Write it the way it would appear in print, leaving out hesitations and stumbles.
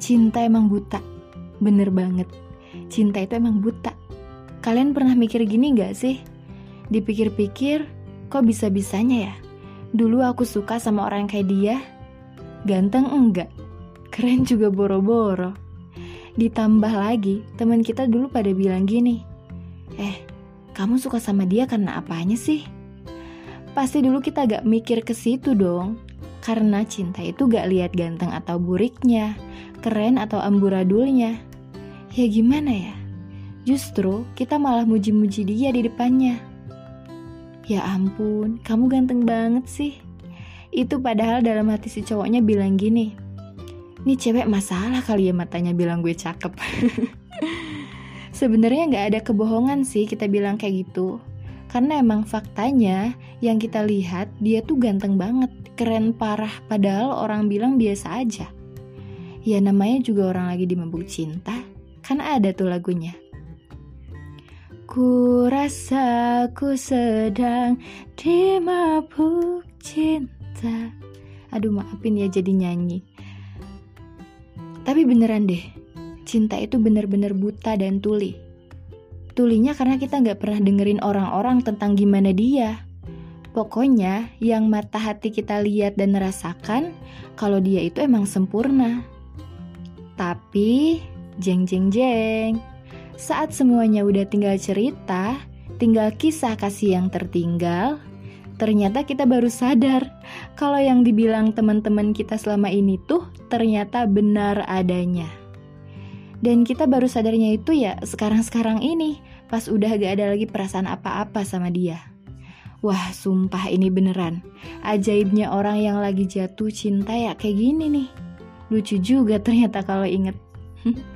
Cinta emang buta. Bener banget. Cinta itu emang buta. Kalian pernah mikir gini gak sih? Dipikir-pikir, kok bisa-bisanya ya? Dulu aku suka sama orang kayak dia. Ganteng enggak? Keren juga boro-boro. Ditambah lagi, teman kita dulu pada bilang gini, kamu suka sama dia karena apanya sih? Pasti dulu kita gak mikir ke situ dong. Karena cinta itu gak lihat ganteng atau buriknya, keren atau amburadulnya. Ya gimana ya? Justru kita malah muji-muji dia di depannya. Ya ampun, kamu ganteng banget sih. Itu padahal dalam hati si cowoknya bilang gini, nih cewek masalah kali ya matanya bilang gue cakep. Sebenarnya gak ada kebohongan sih kita bilang kayak gitu. Karena emang faktanya yang kita lihat dia tuh ganteng banget, keren parah, padahal orang bilang biasa aja. Ya namanya juga orang lagi dimabuk cinta, kan ada tuh lagunya. Ku rasa ku sedang dimabuk cinta. Aduh maafin ya jadi nyanyi. Tapi beneran deh, cinta itu bener-bener buta dan tuli. Tulinya karena kita gak pernah dengerin orang-orang tentang gimana dia. Pokoknya yang mata hati kita lihat dan rasakan kalau dia itu emang sempurna. Tapi jeng jeng jeng, saat semuanya udah tinggal cerita, tinggal kisah kasih yang tertinggal, ternyata kita baru sadar kalau yang dibilang teman-teman kita selama ini tuh ternyata benar adanya. Dan kita baru sadarnya itu ya sekarang-sekarang ini, pas udah gak ada lagi perasaan apa-apa sama dia. Wah sumpah ini beneran, ajaibnya orang yang lagi jatuh cinta ya kayak gini nih. Lucu juga ternyata kalau inget.